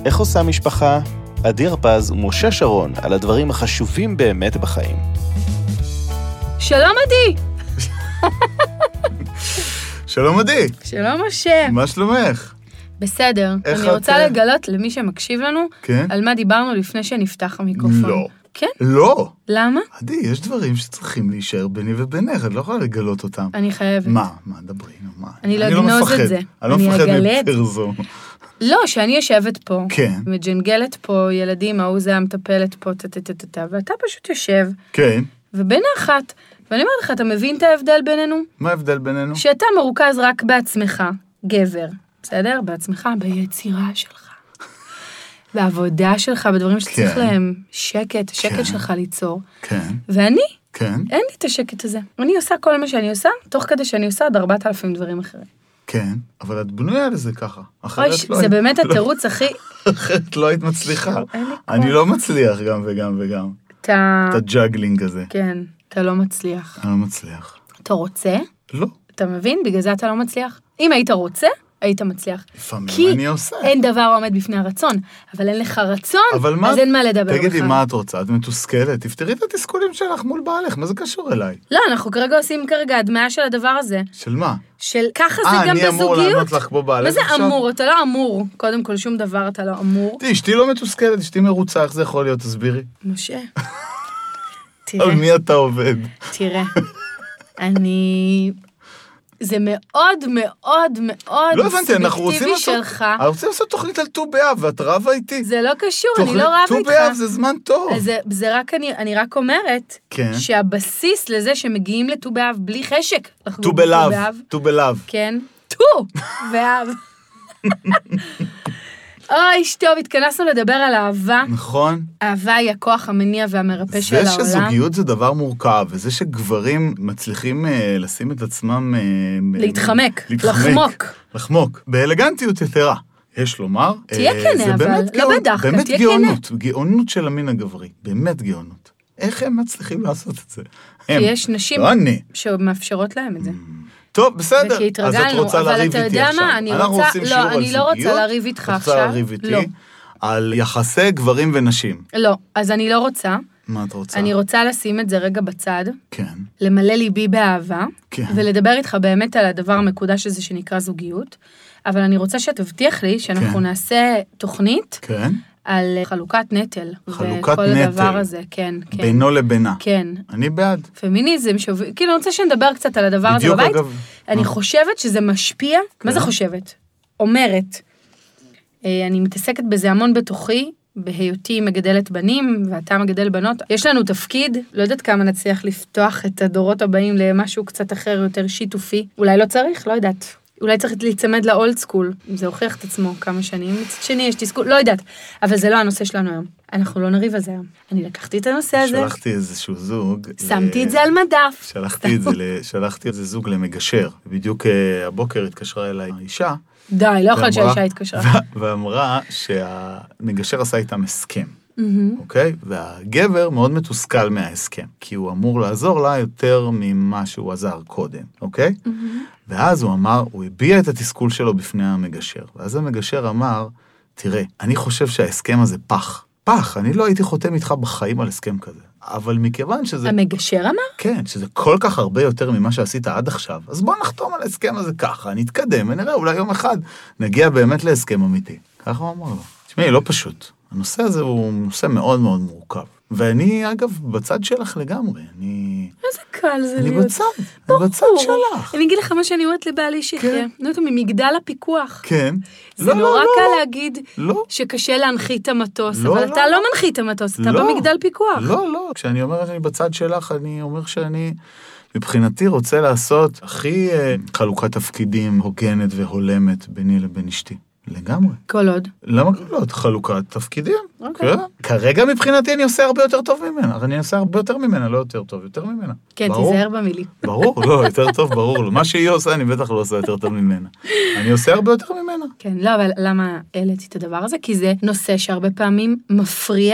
איך עושה משפחה? עדי הרפז ומשה שרון על הדברים החשובים באמת בחיים. שלום עדי! שלום עדי. שלום משה. מה שלומך? בסדר. אני רוצה לגלות למי שמקשיב לנו, על מה דיברנו לפני שנפתח המיקרופון. לא. כן? לא. למה? עדי, יש דברים שצריכים להישאר ביני ובינך, את לא יכולה לגלות אותם. אני חייבת. מה? דברי, מה? אני לא אגנוז את זה. אני לא מפחד מפרזו. לא, שאני יושבת פה, כן. מג'נגלת פה, ילדים, ההוא זה המטפלת פה, ואתה פשוט יושב, כן. ובנחת, ואני אומרת לך, אתה מבין את ההבדל בינינו? מה ההבדל בינינו? שאתה מרוכז רק בעצמך, גבר, בסדר? בעצמך, ביצירה שלך. בעבודה שלך, בדברים שצריך להם שקט, השקט שלך ליצור. כן. ואני, כן. אין לי את השקט הזה. אני עושה כל מה שאני עושה, תוך כדי שאני עושה עוד 4,000 דברים אחרים. כן, אבל את בנויה לזה ככה. זה באמת התירוץ הכי... אחרת לא היית מצליחה. אני לא מצליח גם וגם וגם. את הג'אגלינג הזה. כן, אתה לא מצליח. אני לא מצליח. אתה רוצה? לא. אתה מבין? בגלל זה אתה לא מצליח. אם היית רוצה, היית מצליח. לפעמים אני עושה. כי אין דבר עומד בפני הרצון, אבל אין לך רצון, אז אין מה לדבר בכלל. תגידי, מה את רוצה? את מתוסכלת? תפתרי את התסכולים שלך מול בעלך, מה זה קשור אליי? לא, אנחנו עושים כרגע הדמיה של הדבר הזה. של מה? של ככה זה גם בזוגיות. אני אמור לענות לך כמו בעלך עכשיו? מה זה אמור? אתה לא אמור. קודם כל, שום דבר אתה לא אמור. תראי, אשתי לא מתוסכלת, אשתי מרוצה, איך זה יכול להיות? תסבירי. משה, על מי אתה עובד? תראה, זה מאוד מאוד מאוד לא הבנתי, אנחנו רוצים לעשות תוכנית על ט"ו באב, ואת רבה איתי. זה לא קשור, אני לא רבה איתך. ט"ו באב זה זמן טוב. זה רק, אני רק אומרת, שהבסיס לזה שמגיעים לט"ו באב בלי חשק. ט"ו בלאב. כן, ט"ו באב. אוי, טוב, התכנסנו לדבר על אהבה. נכון. אהבה היא הכוח המניע והמרפא של העולם. זה שזוגיות זה דבר מורכב, וזה שגברים מצליחים לשים את עצמם... להתחמק, לחמוק, באלגנטיות יתרה. יש לומר, תהיה כנה, אבל לא בדחקה, באמת תהיה גאונות, גאונות של המין הגברי, באמת גאונות. איך הם מצליחים לעשות את זה? כי יש נשים שמאפשרות להם את זה. טוב, בסדר, אז את רוצה לריב איתי עכשיו. אנחנו עושים שיעור על אני לא רוצה לריב איתך עכשיו. רוצה לריב איתי על יחסי גברים ונשים. לא, אז אני לא רוצה. מה את רוצה? אני רוצה לשים את זה רגע בצד. כן. למלא ליבי באהבה. כן. ולדבר איתך באמת על הדבר המקודש הזה שנקרא זוגיות. אבל אני רוצה שתבטיח לי שאנחנו נעשה תוכנית. כן. על חלוקת נטל. חלוקת וכל נטל. הדבר הזה, כן. בינו לבינה. כן. אני בעד. פמיניזם, כאילו אני רוצה שנדבר קצת על הדבר הזה בבית. אני חושבת שזה משפיע. מה זה חושבת? אומרת. אני מתעסקת בזה המון בתוכי, בהיותי מגדלת בנים, ואתה מגדל בנות. יש לנו תפקיד, לא יודעת כמה נצליח לפתוח את הדורות הבאים למשהו קצת אחר, יותר שיתופי. אולי לא צריך, לא יודעת. אולי צריך להיצמד לאולד סקול, זה הוכיח את עצמו כמה שנים, מצד שני יש תסכול, לא יודעת, אבל זה לא הנושא שלנו היום. אנחנו לא נריב על זה היום. אני לקחתי את הנושא הזה. שלחתי איזשהו זוג. שמתי את זה על מדף. שלחתי איזה זוג למגשר. בדיוק הבוקר התקשרה אליי האישה. די, לא יכול להיות שהאישה התקשרה. ואמרה שהמגשר עשה איתם הסכם. אוקיי? והגבר מאוד מתוסכל מההסכם, כי הוא אמור לעזור לה יותר ממה שהוא עזר קודם, אוקיי? ואז הוא אמר, הוא הביע את התסכול שלו בפני המגשר, ואז המגשר אמר, תראה, אני חושב שההסכם הזה פח, אני לא הייתי חותם איתך בחיים על הסכם כזה, אבל מכיוון שזה... המגשר אמר? כן, שזה כל כך הרבה יותר ממה שעשית עד עכשיו, אז בוא נחתום על ההסכם הזה ככה, נתקדם ונראה, אולי יום אחד נגיע באמת להסכם אמיתי. ככה הוא אמר לו. תשמעי, לא פשוט. הנושא הזה הוא נושא מאוד מאוד מורכב. ואני, אגב, בצד שלך לגמרי. איזה קל זה להיות. אני בצד שלך. אני אגיד לך מה שאני אומרת לבעלי שחיה. נו, אתה ממגדל הפיקוח. כן. זה נורא קל להגיד שקשה להנחית את המטוס, אבל אתה לא מנחית את המטוס, אתה במגדל פיקוח. לא. כשאני אומר שאני בצד שלך, אני אומר שאני... מבחינתי רוצה לעשות הכי חלוקת תפקידים הוגנת והולמת ביני לבין אשתי. לגמרי. כל עוד. למה כל עוד? חלוקת תפקידים. כן. כרגע מבחינתי אני עושה הרבה יותר טוב ממנה, אבל אני עושה הרבה יותר ממנה, לא יותר טוב, יותר ממנה. כן, תיזהר במילים. ברור, לא, יותר טוב, ברור. מה שהיא עושה, אני בטח לא עושה יותר טוב ממנה. אני עושה הרבה יותר ממנה. כן, לא, אבל למה העליתי את הדבר הזה? כי זה נושא שהרבה פעמים מפריע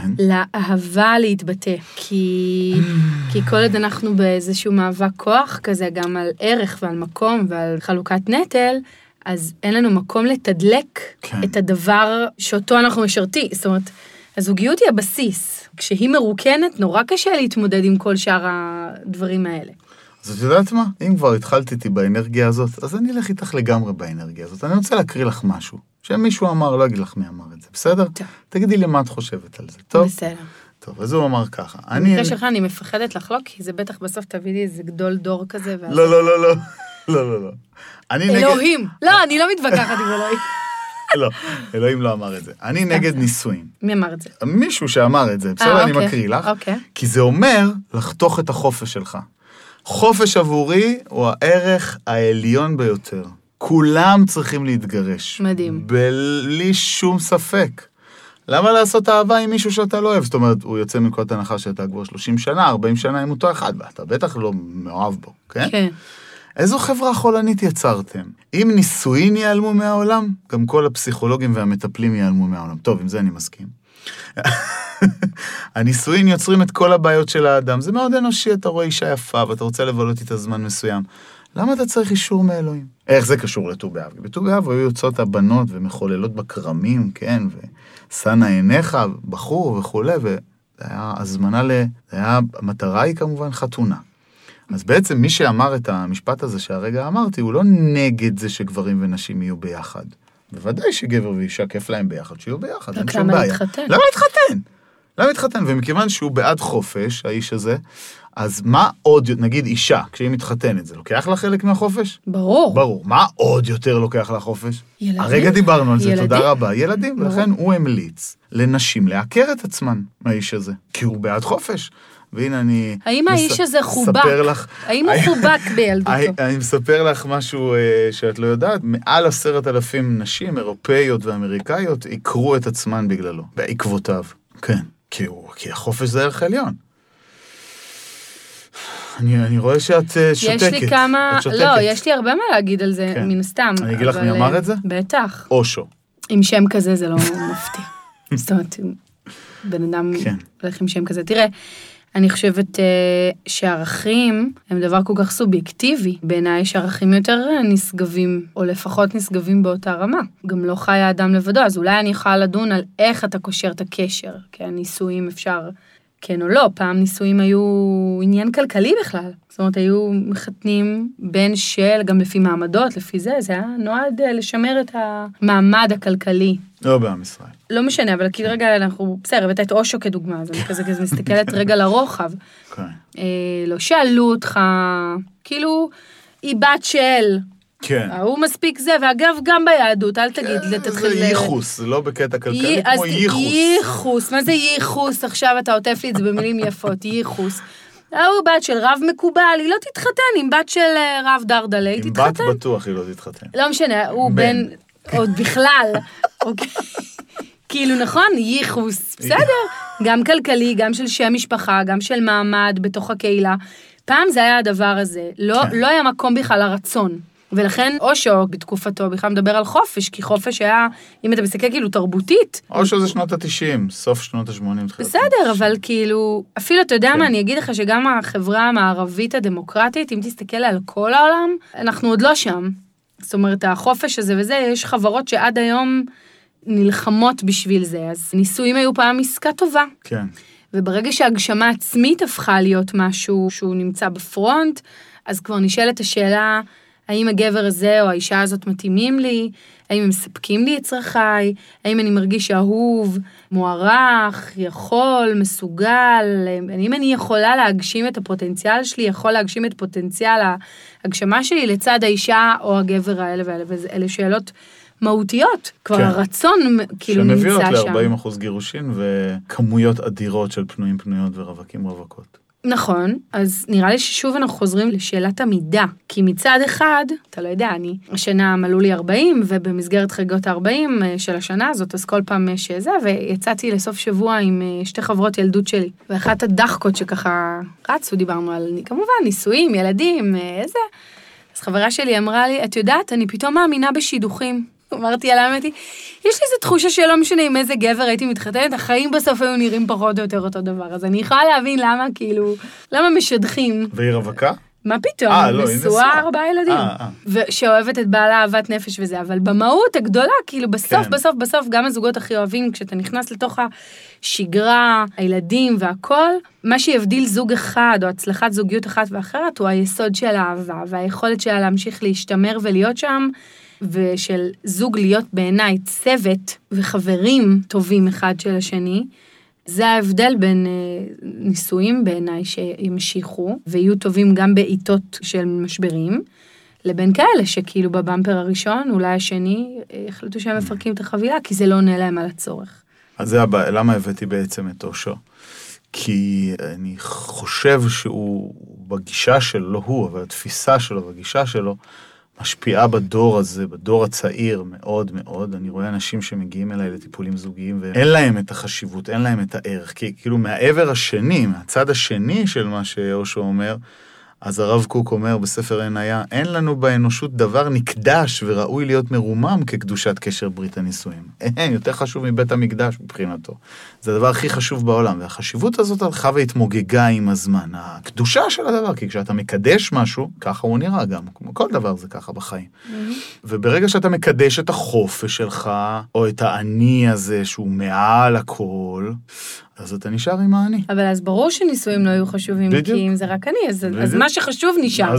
לאהבה להתבטא. כי כל עוד אנחנו באיזשהו מאבק כוח כזה, גם על ערך ועל מקום ועל חלוקת נטל, אז אין לנו מקום לתדלק את הדבר שאותו אנחנו משרתים. זאת אומרת, הזוגיות היא הבסיס. כשהיא מרוקנת, נורא קשה להתמודד עם כל שאר הדברים האלה. אז את יודעת מה? אם כבר התחלתי איתי באנרגיה הזאת, אז אני אלך איתך לגמרי באנרגיה הזאת. אני רוצה להקריא לך משהו. שמישהו אמר, לא אגיד לך מי אמר את זה. בסדר? טוב. תגידי לי מה את חושבת על זה. טוב? בסדר. טוב, אז הוא אמר ככה. במקרה שלך אני מפחדת לחלוק, כי זה בטח בסוף תביא לי איזה גדול דור כזה. לא, לא, לא, לא. לא, לא, לא. אלוהים. לא, אני לא מתווכחת עם אלוהים. לא, אלוהים לא אמר את זה. אני נגד נישואים. מי אמר את זה? מישהו שאמר את זה. בסדר, אני מקריא לך. כי זה אומר לחתוך את החופש שלך. חופש עבורי הוא הערך העליון ביותר. כולם צריכים להתגרש. מדהים. בלי שום ספק. למה לעשות אהבה עם מישהו שאתה לא אוהב? זאת אומרת, הוא יוצא מנקודת הנחה שאתה כבר 30 שנה, 40 שנה עם אותו אחד, ואתה בטח לא מאוהב בו, כן? כן. איזו חברה חולנית יצרתם? אם נישואין ייעלמו מהעולם, גם כל הפסיכולוגים והמטפלים ייעלמו מהעולם. טוב, עם זה אני מסכים. הנישואין יוצרים את כל הבעיות של האדם. זה מאוד אנושי, אתה רואה אישה יפה, ואתה רוצה לבלות איתה זמן מסוים. למה אתה צריך אישור מאלוהים? איך זה קשור לט"ו באב? בט"ו באב היו יוצאות הבנות ומחוללות בקרמים, כן, ושנה עיניך, בחור וכו', וזה היה הזמנה המטרה היא כמובן חתונה. אז בעצם מי שאמר את המשפט הזה שהרגע אמרתי, הוא לא נגד זה שגברים ונשים יהיו ביחד. בוודאי שגבר ואישה כיף להם ביחד, שיהיו ביחד, אין שום בעיה. למה להתחתן? למה להתחתן? ומכיוון שהוא בעד חופש, האיש הזה, אז מה עוד, נגיד אישה, כשהיא מתחתנת, זה לוקח לה חלק מהחופש? ברור. ברור. מה עוד יותר לוקח לה חופש? ילדים. הרגע דיברנו על זה, ילדים? תודה רבה. ילדים, ולכן הוא המליץ לנשים לעקר את עצמן, האיש הזה, כי הוא בעד חופש. והנה אני... האם האיש הזה חובק? האם הוא חובק בילדותו? אני מספר לך משהו שאת לא יודעת, מעל 10,000 נשים אירופאיות ואמריקאיות עקרו את עצמן בגללו, בעקבותיו. כן, כי החופש זה ערך עליון. אני רואה שאת שותקת. יש לי כמה... לא, יש לי הרבה מה להגיד על זה, מן הסתם. אני אגיד לך מי אמר את זה? בטח. אושו. עם שם כזה זה לא מפתיע. זאת אומרת, בן אדם הולך עם שם כזה. תראה, אני חושבת שערכים הם דבר כל כך סובייקטיבי. בעיניי יש ערכים יותר נשגבים, או לפחות נשגבים באותה רמה. גם לא חי האדם לבדו, אז אולי אני יכולה לדון על איך אתה קושר את הקשר. כי הנישואים אפשר, כן או לא, פעם נישואים היו עניין כלכלי בכלל. זאת אומרת, היו מחתנים בין של, גם לפי מעמדות, לפי זה היה נועד לשמר את המעמד הכלכלי. לא בעם ישראל. לא משנה, אבל כאילו רגע אנחנו, בסדר, הבאת את אושו כדוגמה, אז אני כזה מסתכלת רגע לרוחב. לא שאלו אותך, כאילו, היא בת של, הוא מספיק זה, ואגב, גם ביהדות, אל תגיד, זה ייחוס, זה לא בקטע כלכלי, כמו ייחוס. ייחוס, מה זה ייחוס? עכשיו אתה עוטף לי את זה במילים יפות, ייחוס. הוא בת של רב מקובל, היא לא תתחתן, עם בת של רב דרדלה, היא תתחתן. עם בת בטוח היא לא תתחתן. לא משנה, הוא בן, עוד בכלל, אוקיי. כאילו נכון, ייחוס, בסדר, גם כלכלי, גם של שם משפחה, גם של מעמד בתוך הקהילה. פעם זה היה הדבר הזה, לא היה מקום בכלל לרצון. ולכן אושו בתקופתו בכלל מדבר על חופש, כי חופש היה, אם אתה מסתכל כאילו תרבותית. אושו זה שנות ה-90, סוף שנות ה-80. בסדר, אבל כאילו, אפילו אתה יודע מה, אני אגיד לך שגם החברה המערבית הדמוקרטית, אם תסתכל על כל העולם, אנחנו עוד לא שם. זאת אומרת, החופש הזה וזה, יש חברות שעד היום נלחמות בשביל זה, אז נישואים היו פעם עסקה טובה. כן. וברגע שהגשמה עצמית הפכה להיות משהו שהוא נמצא בפרונט, אז כבר נשאלת השאלה, האם הגבר הזה או האישה הזאת מתאימים לי? האם הם מספקים לי את צרכיי? האם אני מרגיש אהוב, מוערך, יכול, מסוגל? האם אני יכולה להגשים את הפוטנציאל שלי, יכול להגשים את פוטנציאל ההגשמה שלי לצד האישה או הגבר האלה והאלה? ואלה שאלות מהותיות. כבר הרצון כאילו נמצא שם. שמביאות ל-40% גירושין וכמויות אדירות של פנויים פנויות ורווקים רווקות. נכון, אז נראה לי ששוב אנחנו חוזרים לשאלת המידה, כי מצד אחד, אתה לא יודע, השנה מלאו לי 40, ובמסגרת חגיגות ה-40 של השנה הזאת, אז כל פעם שזה, ויצאתי לסוף שבוע עם שתי חברות ילדות שלי, ואחת הדחקות שככה רצו, דיברנו על כמובן נישואים, ילדים, איזה, אז חברה שלי אמרה לי, את יודעת, אני פתאום מאמינה בשידוכים. אמרתי, אלמתי, יש לי איזו תחושה שלא משנה עם איזה גבר הייתי מתחתנת, החיים בסוף היו נראים פחות או יותר אותו דבר, אז אני יכולה להבין למה, כאילו, למה משדכים. והיא רווקה? מה פתאום? נשואה 4 ילדים. ושאוהבת את בעלה אהבת נפש וזה, אבל במהות הגדולה, כאילו בסוף, גם הזוגות הכי אוהבים, כשאתה נכנס לתוך השגרה, הילדים והכל, מה שיבדיל זוג אחד, או הצלחת זוגיות אחת ואחרת, הוא היסוד של האהבה, והיכולת שלה להמשיך להשתמר ולהיות שם, ושל זוג להיות בעיניי צוות וחברים טובים אחד של השני, זה ההבדל בין נישואים בעיניי שימשיכו, ויהיו טובים גם בעיתות של משברים, לבין כאלה שכאילו בבמפר הראשון, אולי השני, החלטו שהם מפרקים את החבילה, כי זה לא עונה להם על הצורך. אז זה הבא, למה הבאתי בעצם את אושו? כי אני חושב שהוא בגישה שלו, לא הוא, אבל התפיסה שלו, בגישה שלו, משפיעה בדור הזה, בדור הצעיר מאוד מאוד. אני רואה אנשים שמגיעים אליי לטיפולים זוגיים, ואין להם את החשיבות, אין להם את הערך. כי כאילו מהעבר השני, מהצד השני של מה שאושו אומר, אז הרב קוק אומר בספר עניה, אין לנו באנושות דבר נקדש וראוי להיות מרומם כקדושת קשר ברית הנישואים. אין, יותר חשוב מבית המקדש מבחינתו. זה הדבר הכי חשוב בעולם, והחשיבות הזאת הלכה והתמוגגה עם הזמן. הקדושה של הדבר, כי כשאתה מקדש משהו, ככה הוא נראה גם, כמו כל דבר זה ככה בחיים. וברגע שאתה מקדש את החופש שלך, או את האני הזה שהוא מעל הכל, אז אתה נשאר עם האני. אבל אז ברור שנישואים לא היו חשובים, כי אם זה רק אני, אז מה שחשוב נשאר.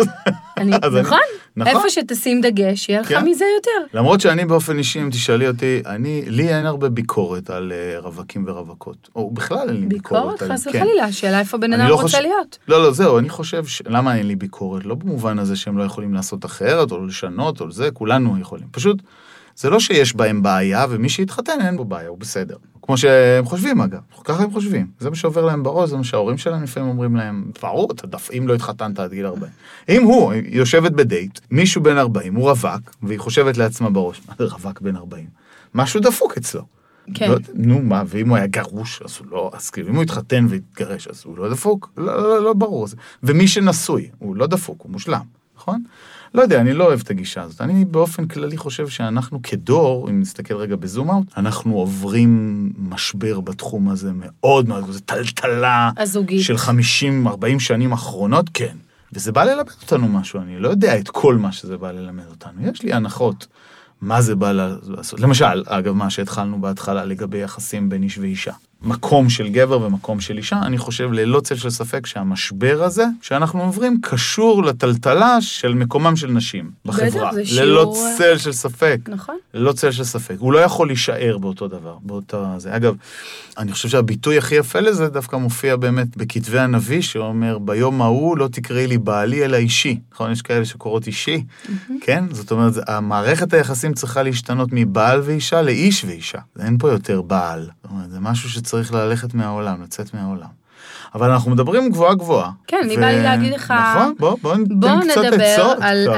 נכון? איפה שתשים דגש, יהיה לך מזה יותר. למרות שאני באופן אישי, אם תשאלי אותי, לי אין הרבה ביקורת על רווקים ורווקות. או בכלל אין לי ביקורת. ביקורת? חס וחלילה, השאלה איפה בן אדם רוצה להיות. לא, זהו, אני חושב, למה אין לי ביקורת? לא במובן הזה שהם לא יכולים לעשות אחרת, או לשנות, או זה, כולנו יכולים. פשוט, זה לא שיש בהם בעיה, ומי שהתחתן אין בו בעיה, הוא בסדר. כמו שהם חושבים אגב, ככה הם חושבים. זה מה שעובר להם בראש, זה מה שההורים שלהם לפעמים אומרים להם, ברור, אתה אם לא התחתנת עד גיל 40. אם הוא יושבת בדייט, מישהו בן 40, הוא רווק, והיא חושבת לעצמה בראש, מה זה רווק בן 40? משהו דפוק אצלו. כן. נו מה, ואם הוא היה גרוש, אז הוא לא, אז כאילו, אם הוא התחתן והתגרש, אז הוא לא דפוק? לא ברור. ומי שנשוי, הוא לא דפוק, הוא מושלם, נכון? לא יודע, אני לא אוהב את הגישה הזאת. אני באופן כללי חושב שאנחנו כדור, אם נסתכל רגע בזום-אאוט, אנחנו עוברים משבר בתחום הזה מאוד מאוד, זה טלטלה הזוגית. של 50-40 שנים אחרונות, כן. וזה בא ללמד אותנו משהו, אני לא יודע את כל מה שזה בא ללמד אותנו. יש לי הנחות, מה זה בא לעשות. למשל, אגב, מה שהתחלנו בהתחלה לגבי יחסים בין איש ואישה. מקום של גבר ומקום של אישה, אני חושב ללא צל של ספק שהמשבר הזה שאנחנו עוברים קשור לטלטלה של מקומם של נשים בחברה. ללא צל של ספק. נכון. ללא צל של ספק. הוא לא יכול להישאר באותו דבר, זה. אגב, אני חושב שהביטוי הכי יפה לזה דווקא מופיע באמת בכתבי הנביא, שאומר, ביום ההוא לא תקראי לי בעלי אלא אישי. נכון, יש כאלה שקורות אישי. כן? זאת אומרת, המערכת היחסים צריכה להשתנות מבעל ואישה לאיש ואישה. אין פה יותר בעל. זאת אומרת, זה משהו שצריך ללכת מהעולם, לצאת מהעולם. אבל אנחנו מדברים גבוהה. כן, אני בא לי להגיד לך... נכון, בוא נדבר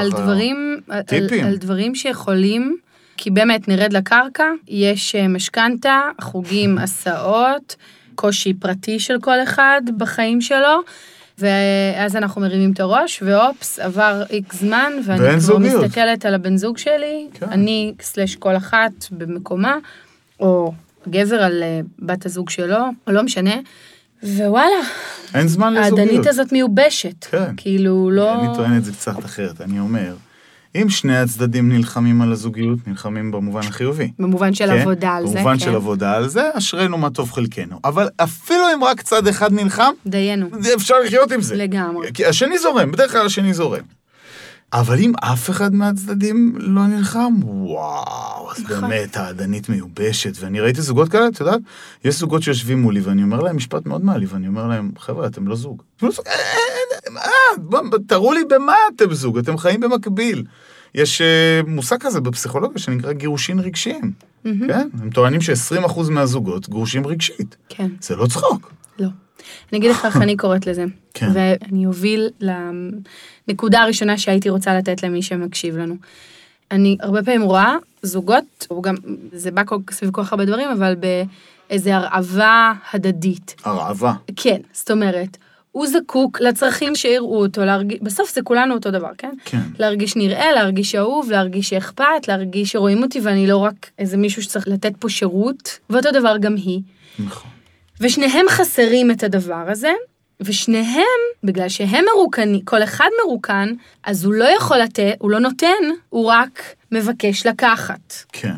על דברים שיכולים, כי באמת נרד לקרקע, יש משכנתה, חוגים, הסעות, קושי פרטי של כל אחד בחיים שלו, ואז אנחנו מרימים את הראש, ואופס, עבר איקס זמן, ואני כבר מסתכלת על הבן זוג שלי, אני / כל אחת במקומה, או גבר על בת הזוג שלו, או לא משנה, ווואלה. אין זמן לזוגיות. העדנית הזאת מיובשת. כן. כאילו לא... אני טוען את זה קצת אחרת, אני אומר, אם שני הצדדים נלחמים על הזוגיות, נלחמים במובן החיובי. במובן של עבודה על זה, כן. במובן של עבודה על זה, אשרנו מה טוב חלקנו. אבל אפילו אם רק צד אחד נלחם, דיינו. אפשר לחיות עם זה. לגמרי. כי השני זורם, בדרך כלל השני זורם. אבל אם אף אחד מהצדדים לא נלחם, וואו, אז באמת העדנית מיובשת, ואני ראיתי זוגות כאלה, אתה יודעת, יש זוגות שיושבים מולי, ואני אומר להם משפט מאוד מעליב, ואני אומר להם, חבר'ה, אתם לא זוג. תראו לי במה אתם זוג, אתם חיים במקביל. יש מושג כזה בפסיכולוגיה שנקרא גירושין רגשיים, כן? הם טוענים ש20% מהזוגות גרושים רגשית. כן. זה לא צחוק. לא. אני אגיד לך איך אני קוראת לזה. כן. ואני אוביל לנקודה הראשונה שהייתי רוצה לתת למי שמקשיב לנו. אני הרבה פעמים רואה זוגות, וגם זה בא סביב כל כך הרבה דברים, אבל באיזו הרעבה הדדית. הרעבה? כן, זאת אומרת, הוא זקוק לצרכים שיראו אותו, בסוף זה כולנו אותו דבר, כן? כן. להרגיש נראה, להרגיש אהוב, להרגיש שאכפת, להרגיש שרואים אותי ואני לא רק איזה מישהו שצריך לתת פה שירות, ואותו דבר גם היא. נכון. ושניהם חסרים את הדבר הזה, ושניהם, בגלל שהם מרוקנים, כל אחד מרוקן, אז הוא לא יכול לתת, הוא לא נותן, הוא רק מבקש לקחת. כן.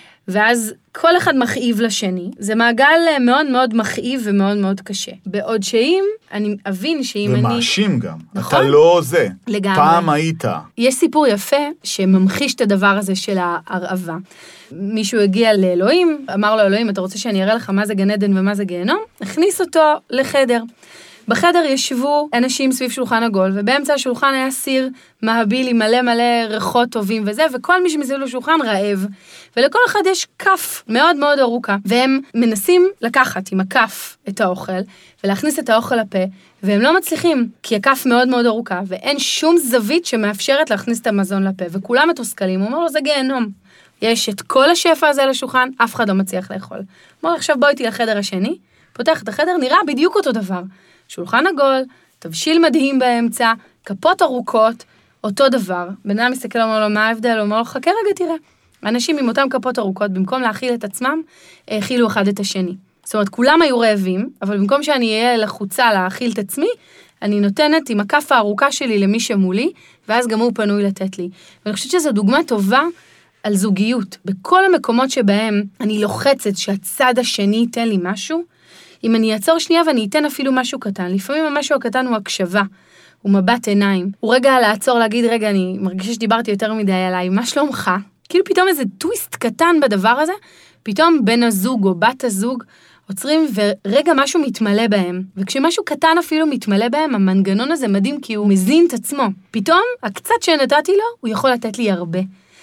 ואז כל אחד מכאיב לשני. זה מעגל מאוד מאוד מכאיב ומאוד מאוד קשה. בעוד שאם, אני אבין שאם אני... ומאשים גם. נכון? אתה לא זה. לגמרי. פעם היית. יש סיפור יפה שממחיש את הדבר הזה של ההרעבה. מישהו הגיע לאלוהים, אמר לו אלוהים, אתה רוצה שאני אראה לך מה זה גן עדן ומה זה גיהנום? הכניס אותו לחדר. בחדר ישבו אנשים סביב שולחן עגול, ובאמצע השולחן היה סיר מהבילי מלא מלא ריחות טובים וזה, וכל מי שמסביב לשולחן רעב. ולכל אחד יש כף מאוד מאוד ארוכה, והם מנסים לקחת עם הכף את האוכל, ולהכניס את האוכל לפה, והם לא מצליחים, כי הכף מאוד מאוד ארוכה, ואין שום זווית שמאפשרת להכניס את המזון לפה, וכולם מתוסכלים, הוא אומר לו, זה גיהנום. יש את כל השפע הזה לשולחן, אף אחד לא מצליח לאכול. אומר, עכשיו בואי איתי לחדר השני, פותח את החדר, נראה בדיוק אותו דבר. שולחן עגול, תבשיל מדהים באמצע, כפות ארוכות, אותו דבר. בן אדם מסתכל, אומר לו, מה ההבדל? אומר לו, חכה רגע, תראה. אנשים עם אותם כפות ארוכות, במקום להאכיל את עצמם, האכילו אחד את השני. זאת אומרת, כולם היו רעבים, אבל במקום שאני אהיה לחוצה להאכיל את עצמי, אני נותנת עם הכף הארוכה שלי למי שמולי, ואז גם הוא פנוי לתת לי. ואני חושבת שזו דוגמה טובה על זוגיות. בכל המקומות שבהם אני לוחצת שהצד השני ייתן לי משהו, אם אני אעצור שנייה ואני אתן אפילו משהו קטן, לפעמים המשהו הקטן הוא הקשבה, הוא מבט עיניים, הוא רגע לעצור להגיד, רגע, אני מרגישה שדיברתי יותר מדי עליי, מה שלומך? כאילו פתאום איזה טוויסט קטן בדבר הזה, פתאום בן הזוג או בת הזוג עוצרים ורגע משהו מתמלא בהם, וכשמשהו קטן אפילו מתמלא בהם, המנגנון הזה מדהים כי הוא מזין את עצמו. פתאום, הקצת שנתתי לו, הוא יכול לתת לי הרבה.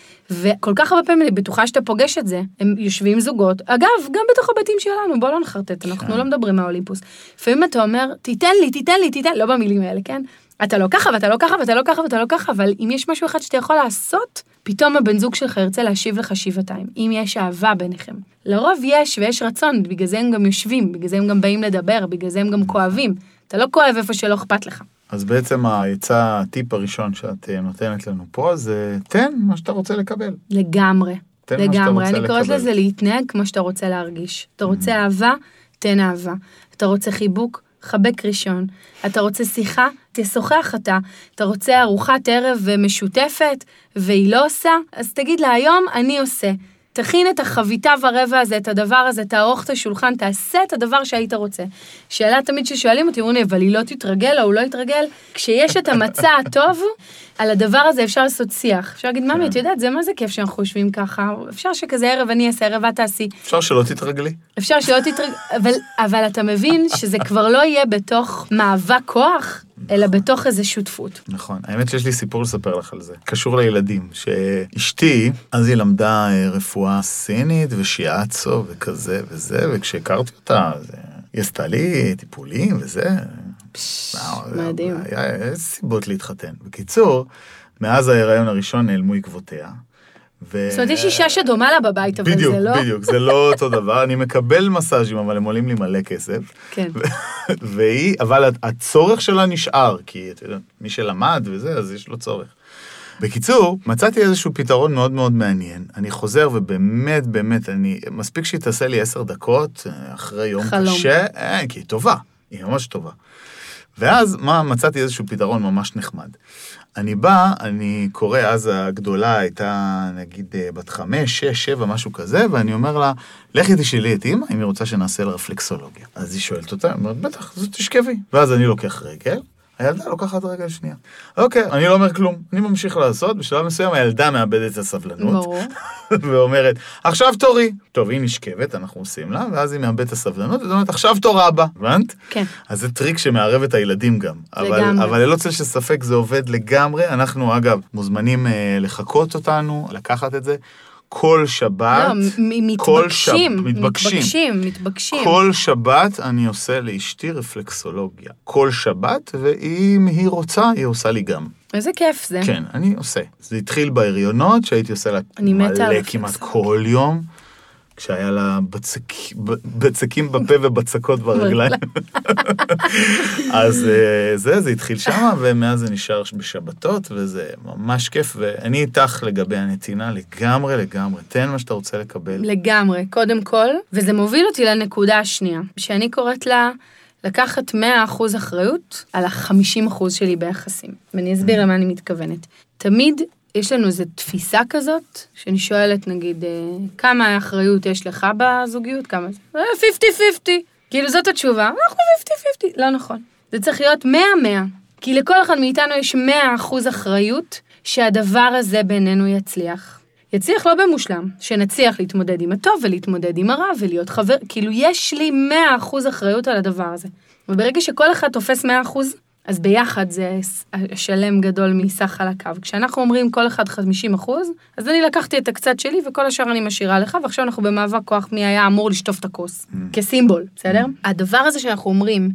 וכל כך הרבה פעמים אני בטוחה שאתה פוגש את זה, הם יושבים זוגות, אגב, גם בתוך הבתים שלנו, בוא לא נחרטט, אנחנו לא מדברים מהאולימפוס. לפעמים אתה אומר, תיתן לי, לא במילים האלה, כן? אתה לא ככה, ואתה לא ככה, ואתה לא ככה, ואתה לא ככה, אבל אם יש משהו אחד שאתה יכול לעשות, פתאום הבן זוג שלך ירצה להשיב לך שבעתיים, אם יש אהבה ביניכם. לרוב יש ויש רצון, בגלל זה הם גם יושבים, בגלל זה הם גם באים לדבר, בגלל זה הם גם כואבים. אתה לא כואב איפה שלא אכפת לך. אז בעצם הטיפ הראשון שאת נותנת לנו פה, זה תן מה שאתה רוצה לקבל. לגמרי. אני קוראת לזה להתנהג כמו שאתה רוצה להרגיש. אתה רוצה אהבה, תן אהבה. אתה רוצה חיבוק, חבק ראשון. אתה רוצה שיחה, תשוחח אתה. אתה רוצה ארוחת ערב משותפת, והיא לא עושה, אז תגיד לה, היום אני עושה. תכין את החביתה ורבע הזה, את הדבר הזה, תערוך את השולחן, תעשה את הדבר שהיית רוצה. שאלה תמיד ששואלים אותי, אבל היא לא תתרגל או הוא לא יתרגל, כשיש את המצע הטוב, על הדבר הזה אפשר לעשות שיח. אפשר להגיד, ממי, את יודעת, זה מה זה כיף שאנחנו חושבים ככה, אפשר שכזה ערב אני אעשה, ערב את תעשי. אפשר שלא תתרגלי. אפשר שלא תתרגלי, אבל אתה מבין שזה כבר לא יהיה בתוך מאבק כוח, אלא בתוך איזו שותפות. נכון, האמת שיש לי סיפור לספר לך על זה. קשור לילדים, שאשתי, אז היא למדה רפואה סינית ושיאצו וכזה וזה, וכשהכרתי אותה, היא עשתה לי טיפולים וזה. מדהים. היה סיבות להתחתן. בקיצור, מאז ההיריון הראשון נעלמו עקבותיה. זאת אומרת, יש אישה שדומה לה בבית, אבל זה לא... בדיוק, זה לא אותו דבר. אני מקבל מסאז'ים, אבל הם עולים לי מלא כסף. כן. אבל הצורך שלה נשאר, כי אתה יודע, מי שלמד וזה, אז יש לו צורך. בקיצור, מצאתי איזשהו פתרון מאוד מאוד מעניין. אני חוזר ובאמת, מספיק שהיא תעשה לי 10 דקות אחרי יום קשה, כי היא טובה, היא ממש טובה. ואז מצאתי איזשהו פתרון ממש נחמד. אני קורא, אז הגדולה הייתה נגיד בת 5, 6, 7, משהו כזה, ואני אומר לה, לכי תשאלי את אמא, אם היא רוצה שנעשה לה רפלקסולוגיה. אז היא שואלת אותה, היא אומרת, בטח, זאת תשכבי. ואז אני לוקח רגל, הילדה לוקחת רגל שנייה. אוקיי, אני לא אומר כלום, אני ממשיך לעשות, בשלב מסוים הילדה מאבדת את הסבלנות, ואומרת, עכשיו תורי. טוב, היא נשכבת, אנחנו עושים לה, ואז היא מאבדת את הסבלנות, וזאת אומרת, עכשיו תור אבא, הבנת? כן. אז זה טריק שמערב את הילדים גם. אבל ללא צל שספק זה עובד לגמרי, אנחנו אגב מוזמנים לחכות אותנו, לקחת את זה, כל שבת, מתבקשים. כל שבת אני עושה לאשתי רפלקסולוגיה. כל שבת, ואם היא רוצה, היא עושה לי גם. איזה כיף זה. כן, אני עושה. זה התחיל בהריונות, שהייתי עושה לה מלא כמעט כל יום, כשהיה לה בצקים בפה ובצקות ברגליים. אז זה התחיל שם, ומאז זה נשאר בשבתות, וזה ממש כיף, ואני איתך לגבי הנתינה, לגמרי, תן מה שאתה רוצה לקבל. לגמרי, קודם כל, וזה מוביל אותי לנקודה השנייה, שאני קוראת לה, לקחת 100% אחריות על ה-50% שלי ביחסים. ואני אסביר למה אני מתכוונת. תמיד יש לנו איזו תפיסה כזאת, שאני שואלת, נגיד, כמה אחריות יש לך בזוגיות? כמה זה? 50-50. כאילו זאת התשובה, אנחנו 50-50. לא נכון. זה צריך להיות 100-100. כי לכל אחד מאיתנו יש 100% אחריות שהדבר הזה בינינו יצליח. יצליח לא במושלם, שנצליח להתמודד עם הטוב ולהתמודד עם הרע ולהיות חבר. כאילו יש לי 100% אחריות על הדבר הזה. וברגע שכל אחד תופס 100%, אז ביחד זה שלם גדול מסך חלקיו. כשאנחנו אומרים כל אחד 50%, אז אני לקחתי את הקצת שלי וכל השאר אני משאירה לך, ועכשיו אנחנו במאבק כוח מי היה אמור לשטוף את הכוס, כסימבול, בסדר? הדבר הזה שאנחנו אומרים,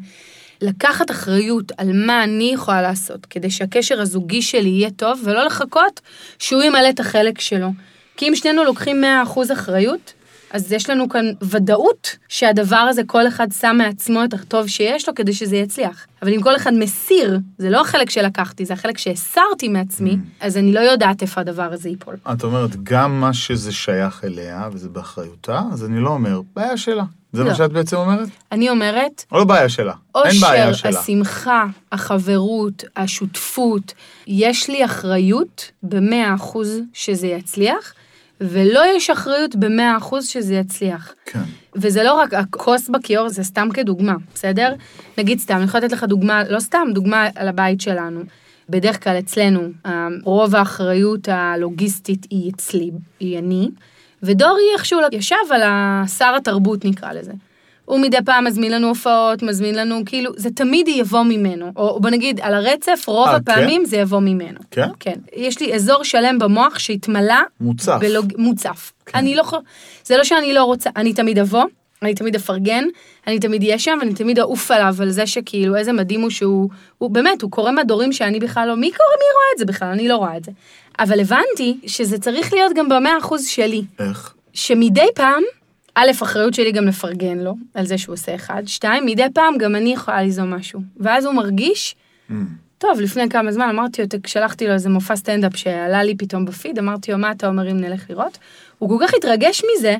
לקחת אחריות על מה אני יכולה לעשות, כדי שהקשר הזוגי שלי יהיה טוב, ולא לחכות שהוא ימלא את החלק שלו. כי אם שנינו לוקחים 100% אחריות, אז יש לנו כאן ודאות שהדבר הזה כל אחד שם מעצמו את הטוב שיש לו כדי שזה יצליח. אבל אם כל אחד מסיר, זה לא החלק שלקחתי, זה החלק שהסרתי מעצמי, אז אני לא יודעת איפה הדבר הזה ייפול. את אומרת, גם מה שזה שייך אליה, וזה באחריותה, אז אני לא אומר, בעיה שלה. זה מה שאת בעצם אומרת? אני אומרת... או לא בעיה שלה. אין בעיה שלה. אושר, השמחה, החברות, השותפות, יש לי אחריות ב100% שזה יצליח, ולא יש אחריות ב100% שזה יצליח. כן. וזה לא רק הכוס בכיור, זה סתם כדוגמה, בסדר? נגיד סתם, אני יכולה לתת לך דוגמה, לא סתם, דוגמה על הבית שלנו. בדרך כלל אצלנו, רוב האחריות הלוגיסטית היא אצלי, היא אני, ודורי איכשהו ישב על שר התרבות נקרא לזה. הוא מדי פעם מזמין לנו הופעות, מזמין לנו, כאילו, זה תמיד יבוא ממנו. או בוא נגיד, על הרצף, רוב הפעמים זה יבוא ממנו. כן? כן. יש לי אזור שלם במוח שהתמלא. מוצף. מוצף. אני לא, זה לא שאני לא רוצה, אני תמיד אבוא, אני תמיד אפרגן, אני תמיד אהיה שם, ואני תמיד אעוף עליו על זה שכאילו, איזה מדהים הוא שהוא, באמת, הוא קורא מהדורים שאני בכלל לא, מי רואה את זה בכלל? אני לא רואה את זה. אבל הבנתי שזה צריך להיות גם ב100% שלי. איך? שמדי פעם, א', אחריות שלי גם לפרגן לו, על זה שהוא עושה אחד. 2, מדי פעם גם אני יכולה ליזום משהו. ואז הוא מרגיש, טוב, לפני כמה זמן אמרתי לו, שלחתי לו איזה מופע סטנדאפ שעלה לי פתאום בפיד, אמרתי לו, מה אתה אומר אם נלך לראות? הוא כל כך התרגש מזה,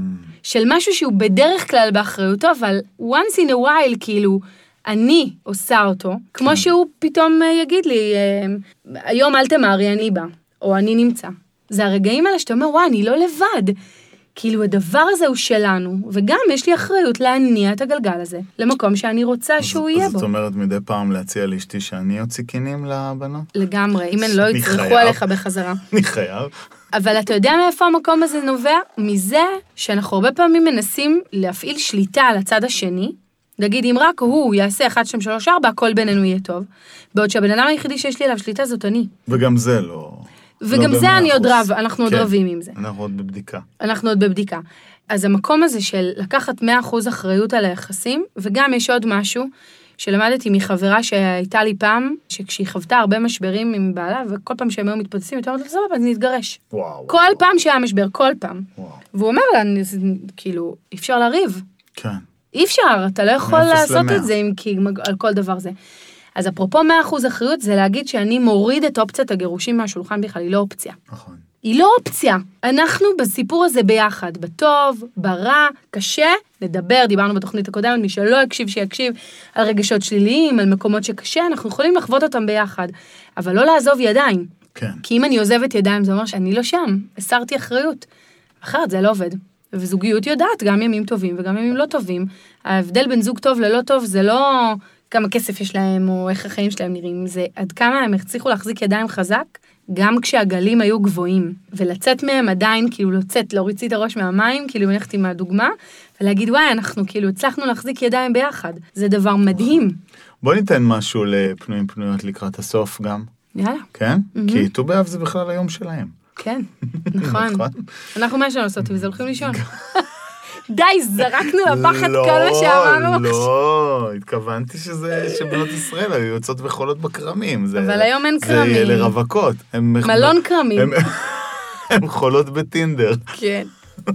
של משהו שהוא בדרך כלל באחריותו, אבל once in a while, כאילו, אני עושה אותו, כמו שהוא פתאום יגיד לי, היום אל תמרי, אני בא, או אני נמצא. זה הרגעים האלה שאתה אומר, וואי, אני לא לבד. כאילו, הדבר הזה הוא שלנו, וגם יש לי אחריות להניע את הגלגל הזה, למקום שאני רוצה שהוא יהיה בו. אז זאת אומרת, מדי פעם להציע לאשתי שאני אוציא קינים לבנות? לגמרי, אם הן לא יצרכו עליך בחזרה. אני חייב. אבל אתה יודע מאיפה המקום הזה נובע? מזה שאנחנו הרבה פעמים מנסים להפעיל שליטה על הצד השני, להגיד, אם רק הוא יעשה 1, 2, 3, 4, הכל בינינו יהיה טוב, בעוד שהבן אדם היחידי שיש לי עליו שליטה זאת אני. וגם זה לא... וגם זה אני עוד רב, אנחנו עוד רבים עם זה. אנחנו עוד בבדיקה. אנחנו עוד בבדיקה. אז המקום הזה של לקחת 100% אחריות על היחסים, וגם יש עוד משהו שלמדתי מחברה שהייתה לי פעם, שכשהיא חוותה הרבה משברים עם בעלה, וכל פעם שהם היו מתפוצצים, היא אומרת, אז נתגרש. כל פעם שהיה משבר, כל פעם. והוא אומר לה, כאילו, אי אפשר לריב. כן. אי אפשר, אתה לא יכול לעשות את זה על כל דבר זה. אז אפרופו 100% אחריות, זה להגיד שאני מוריד את אופציית הגירושים מהשולחן בכלל, היא לא אופציה. נכון. היא לא אופציה. אנחנו בסיפור הזה ביחד, בטוב, ברע, קשה, נדבר, דיברנו בתוכנית הקודמת, מי שלא יקשיב, שיקשיב על רגשות שליליים, על מקומות שקשה, אנחנו יכולים לחוות אותם ביחד, אבל לא לעזוב ידיים. כן. כי אם אני עוזבת ידיים, זה אומר שאני לא שם, הסרתי אחריות. אחרת זה לא עובד. וזוגיות יודעת, גם ימים טובים וגם ימים לא טובים. ההבדל בין זוג טוב ללא טוב, זה לא כמה כסף יש להם, או איך החיים שלהם נראים, זה עד כמה הם הצליחו להחזיק ידיים חזק, גם כשהגלים היו גבוהים, ולצאת מהם עדיין, כאילו להוריד את הראש מהמים, כאילו הלכתי מהדוגמה, ולהגיד, וואי, אנחנו כאילו הצלחנו להחזיק ידיים ביחד. זה דבר מדהים. בוא ניתן משהו לפנויים פנויות לקראת הסוף גם. יאללה. כן? כי ט"ו באב זה בכלל היום שלהם. כן, נכון. אנחנו מה שלנו לעשות, וזה הולכים לישון. די, זרקנו לפחד כל מה שאמרנו. לא, התכוונתי שבנות ישראל היו יוצאות וחולות בקרמים. אבל היום אין קרמים. זה לרווקות. מלון קרמים. הן חולות בטינדר. כן.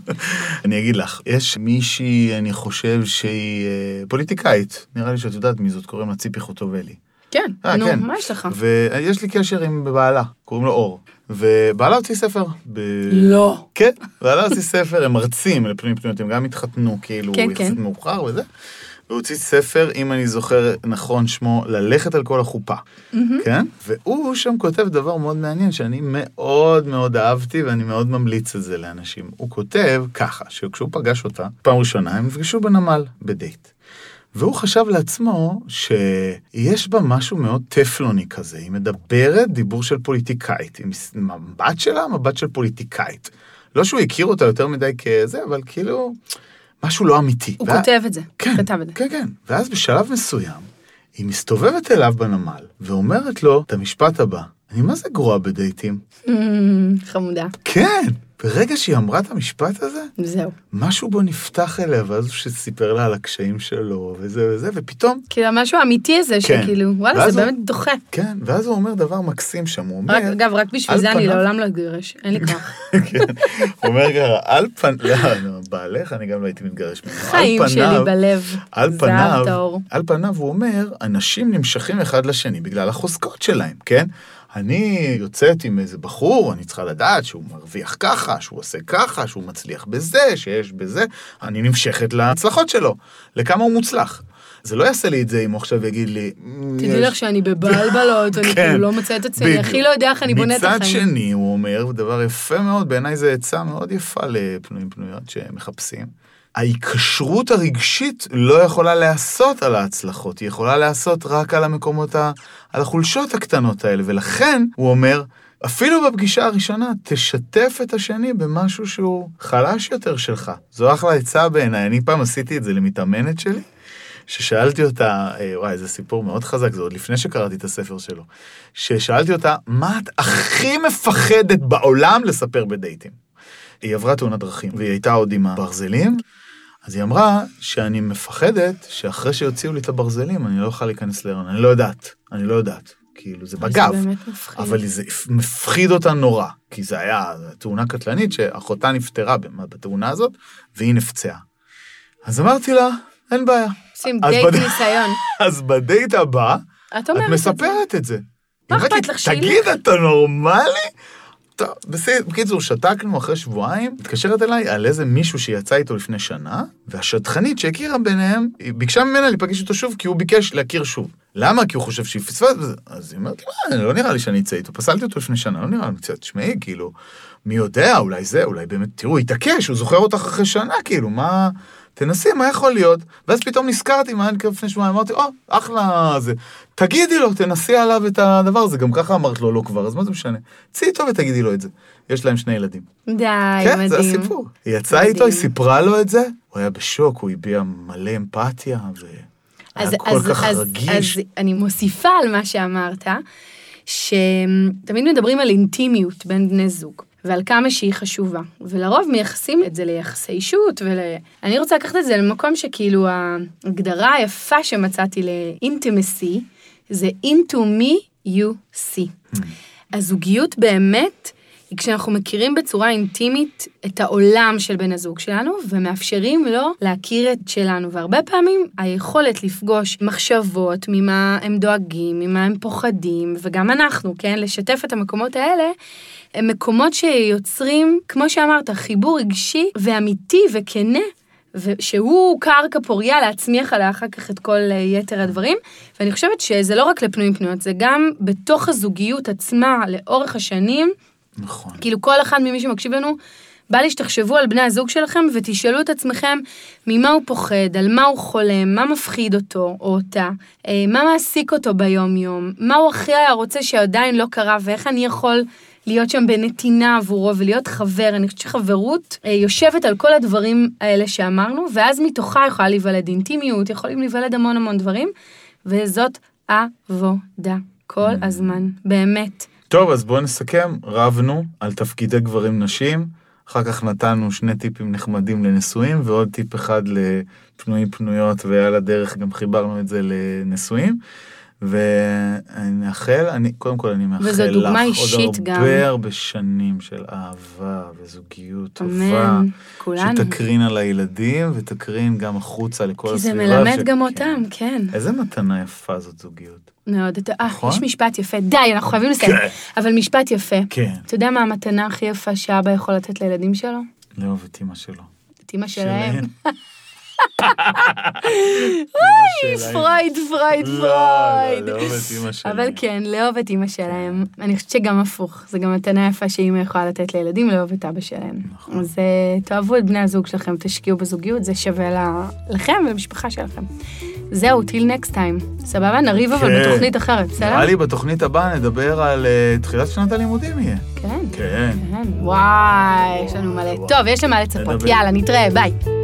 אני אגיד לך, יש מישהי, אני חושב שהיא פוליטיקאית, נראה לי שאת יודעת מי זאת, קוראים לה ציפי חוטובלי. כן, נו, מה יש לך? ויש לי קשר עם בעלה, קוראים לו אור. ובעלה הוציא ספר. לא. כן, בעלה הוציא ספר, הם מרצים לפנויים פנויות, הם גם התחתנו, כאילו, יחסית מאוחר וזה. הוא הוציא ספר, אם אני זוכר נכון שמו, ללכת על כל החופה, כן? והוא שם כותב דבר מאוד מעניין, שאני מאוד מאוד אהבתי, ואני מאוד ממליץ את זה לאנשים. הוא כותב ככה, שכשהוא פגש אותה, פעם ראשונה, הם נפגשו בנמל, בדייט. והוא חשב לעצמו שיש בה משהו מאוד טפלוני כזה, היא מדברת דיבור של פוליטיקאית, עם מבט שלה, מבט של פוליטיקאית. לא שהוא הכיר אותה יותר מדי כזה, אבל כאילו, משהו לא אמיתי. הוא כותב את זה. כן, כן. ואז בשלב מסוים, היא מסתובבת אליו בנמל, ואומרת לו את המשפט הבא, אני מה זה גרועה בדייטים? חמודה. כן. ברגע שהיא אמרה את המשפט הזה, זהו. משהו בו נפתח אליה, ואז הוא שסיפר לה על הקשיים שלו, וזה, ופתאום... כאילו, משהו אמיתי הזה, כן. שכאילו, וואלה, זה באמת דוחה. כן, ואז הוא אומר דבר מקסים שם, הוא אומר... אגב, רק בשביל זה אני לעולם לא אתגרש, אין לי כך. כן, הוא אומר ככה, על בעלך, אני גם לא הייתי מתגרש. חיים שלי בלב, זהב טהור. על פניו הוא אומר, אנשים נמשכים אחד לשני, בגלל החוזקות שלהם, כן? אני יוצאת עם איזה בחור, אני צריכה לדעת שהוא מרוויח ככה, שהוא עושה ככה, שהוא מצליח בזה, שיש בזה, אני נמשכת להצלחות שלו, לכמה הוא מוצלח. זה לא יעשה לי את זה אם הוא עכשיו יגיד לי... תדעי לך שאני בבלבלות, אני לא מצא את עצמי, אני הכי לא יודע איך אני בונה את החיים. מצד שני, הוא אומר, דבר יפה מאוד, בעיניי זה עצה מאוד יפה לפנויים פנויות שמחפשים. ההיקשרות הרגשית לא יכולה לעשות על ההצלחות, היא יכולה לעשות רק על המקומות, על החולשות הקטנות האלה, ולכן הוא אומר, אפילו בפגישה הראשונה, תשתף את השני במשהו שהוא חלש יותר שלך. זו אחלה עצה בעיניי, אני פעם עשיתי את זה למתאמנת שלי, ששאלתי אותה, וואי, זה סיפור מאוד חזק, זה עוד לפני שקראתי את הספר שלו, ששאלתי אותה, מה את הכי מפחדת בעולם לספר בדייטים? היא עברה תאונת דרכים, והיא הייתה עוד עם הברזלים, אז היא אמרה שאני מפחדת שאחרי שיוציאו לי את הברזלים, אני לא אוכל להיכנס להיריון, אני לא יודעת, כאילו זה בגב, אבל זה מפחיד אותה נורא, כי זה היה תאונה קטלנית שאחותה נפטרה בתאונה הזאת, והיא נפצעה. אז אמרתי לה, אין בעיה. שים דייט ניסיון. אז בדייט הבא, את מספרת את זה. מה אכפת לך שילך? תגיד, אתה נורמלי? בקיצור, שתקנו אחרי שבועיים, התקשרת אליי על איזה מישהו שיצא איתו לפני שנה, והשטחנית שהכירה ביניהם, היא ביקשה ממנה להיפגש איתו שוב, כי הוא ביקש להכיר שוב. למה? כי הוא חושב שהיא פספסת, אז היא אומרת, לא נראה לי שאני אצא איתו, פסלתי אותו לפני שנה, לא נראה לי, תשמעי, כאילו, מי יודע, אולי זה, אולי באמת, תראו, הוא התעקש, הוא זוכר אותך אחרי שנה, כאילו, מה... תנסי, מה יכול להיות? ואז פתאום נזכרתי מה אני לפני שבועיים, אמרתי, אחלה זה. תגידי לו, תנסי עליו את הדבר הזה, גם ככה אמרת לו לא כבר, אז מה זה משנה? צאי איתו ותגידי לו את זה. יש להם 2 ילדים. די, מדהים. כן, זה הסיפור. היא יצאה איתו, היא סיפרה לו את זה, הוא היה בשוק, הוא הביע מלא אמפתיה, והיה כל כך רגיש. אז אני מוסיפה על מה שאמרת, שתמיד מדברים על אינטימיות בין בני זוג. ועל כמה שהיא חשובה. ולרוב מייחסים את זה ליחסי אישות, אני רוצה לקחת את זה למקום שכאילו ההגדרה היפה שמצאתי לאינטימסי, זה into me you see. הזוגיות באמת, היא כשאנחנו מכירים בצורה אינטימית את העולם של בן הזוג שלנו, ומאפשרים לו להכיר את שלנו. והרבה פעמים היכולת לפגוש מחשבות, ממה הם דואגים, ממה הם פוחדים, וגם אנחנו, כן, לשתף את המקומות האלה, הם מקומות שיוצרים, כמו שאמרת, חיבור רגשי ואמיתי וכנה, שהוא קרקע פוריה להצמיח עליה אחר כך את כל יתר הדברים, ואני חושבת שזה לא רק לפנויים פנויות, זה גם בתוך הזוגיות עצמה, לאורך השנים, נכון. כאילו כל אחד ממי שמקשיב לנו, בא לי שתחשבו על בני הזוג שלכם, ותשאלו את עצמכם ממה הוא פוחד, על מה הוא חולם, מה מפחיד אותו או אותה, מה מעסיק אותו ביום יום, מה הוא הכי היה רוצה שעדיין לא קרה, ואיך אני יכול להיות שם בנתינה עבורו, ולהיות חבר. אני חושבת שחברות יושבת על כל הדברים האלה שאמרנו, ואז מתוכה יכולה להיוולד אינטימיות, יכולים להיוולד המון המון דברים, וזאת עבודה כל הזמן, באמת. טוב, אז בואו נסכם, רבנו על תפקידי גברים נשים, אחר כך נתנו 2 טיפים נחמדים לנשואים, ועוד טיפ אחד לפנויים פנויות, ועל הדרך גם חיברנו את זה לנשואים, ואני קודם כל אני מאחל לך עוד הרבה שנים של אהבה וזוגיות טובה, שתקרין על הילדים, ותקרין גם החוצה לכל הסביבה. כי זה מלמד גם אותם, כן. איזה מתנה יפה זאת זוגיות. מאוד, יש משפט יפה, די, אנחנו חייבים לסיים, אבל משפט יפה. כן. אתה יודע מה המתנה הכי יפה שאבא יכול לתת לילדים שלו? לאהוב את אמא שלו. את אמא שלהם. פרויד. לא, לאהוב את אמא שלהם. אבל כן, לאהוב את אמא שלהם. אני חושבת שגם הפוך, זה גם מתנה יפה שאמא יכולה לתת לילדים לאהוב את אבא שלהם. אז תאהבו את בני הזוג שלכם, תשקיעו בזוגיות, זה שווה לכם ולמשפחה שלכם. זהו, till next time. סבבה, נריב אבל בתוכנית אחרת, בסדר? נראה לי בתוכנית הבאה נדבר על תחילת שנת הלימודים יהיה. כן. כן. וואי, יש לנו מלא. טוב, יש לנו מה לצפות. יאללה, נתראה, ביי.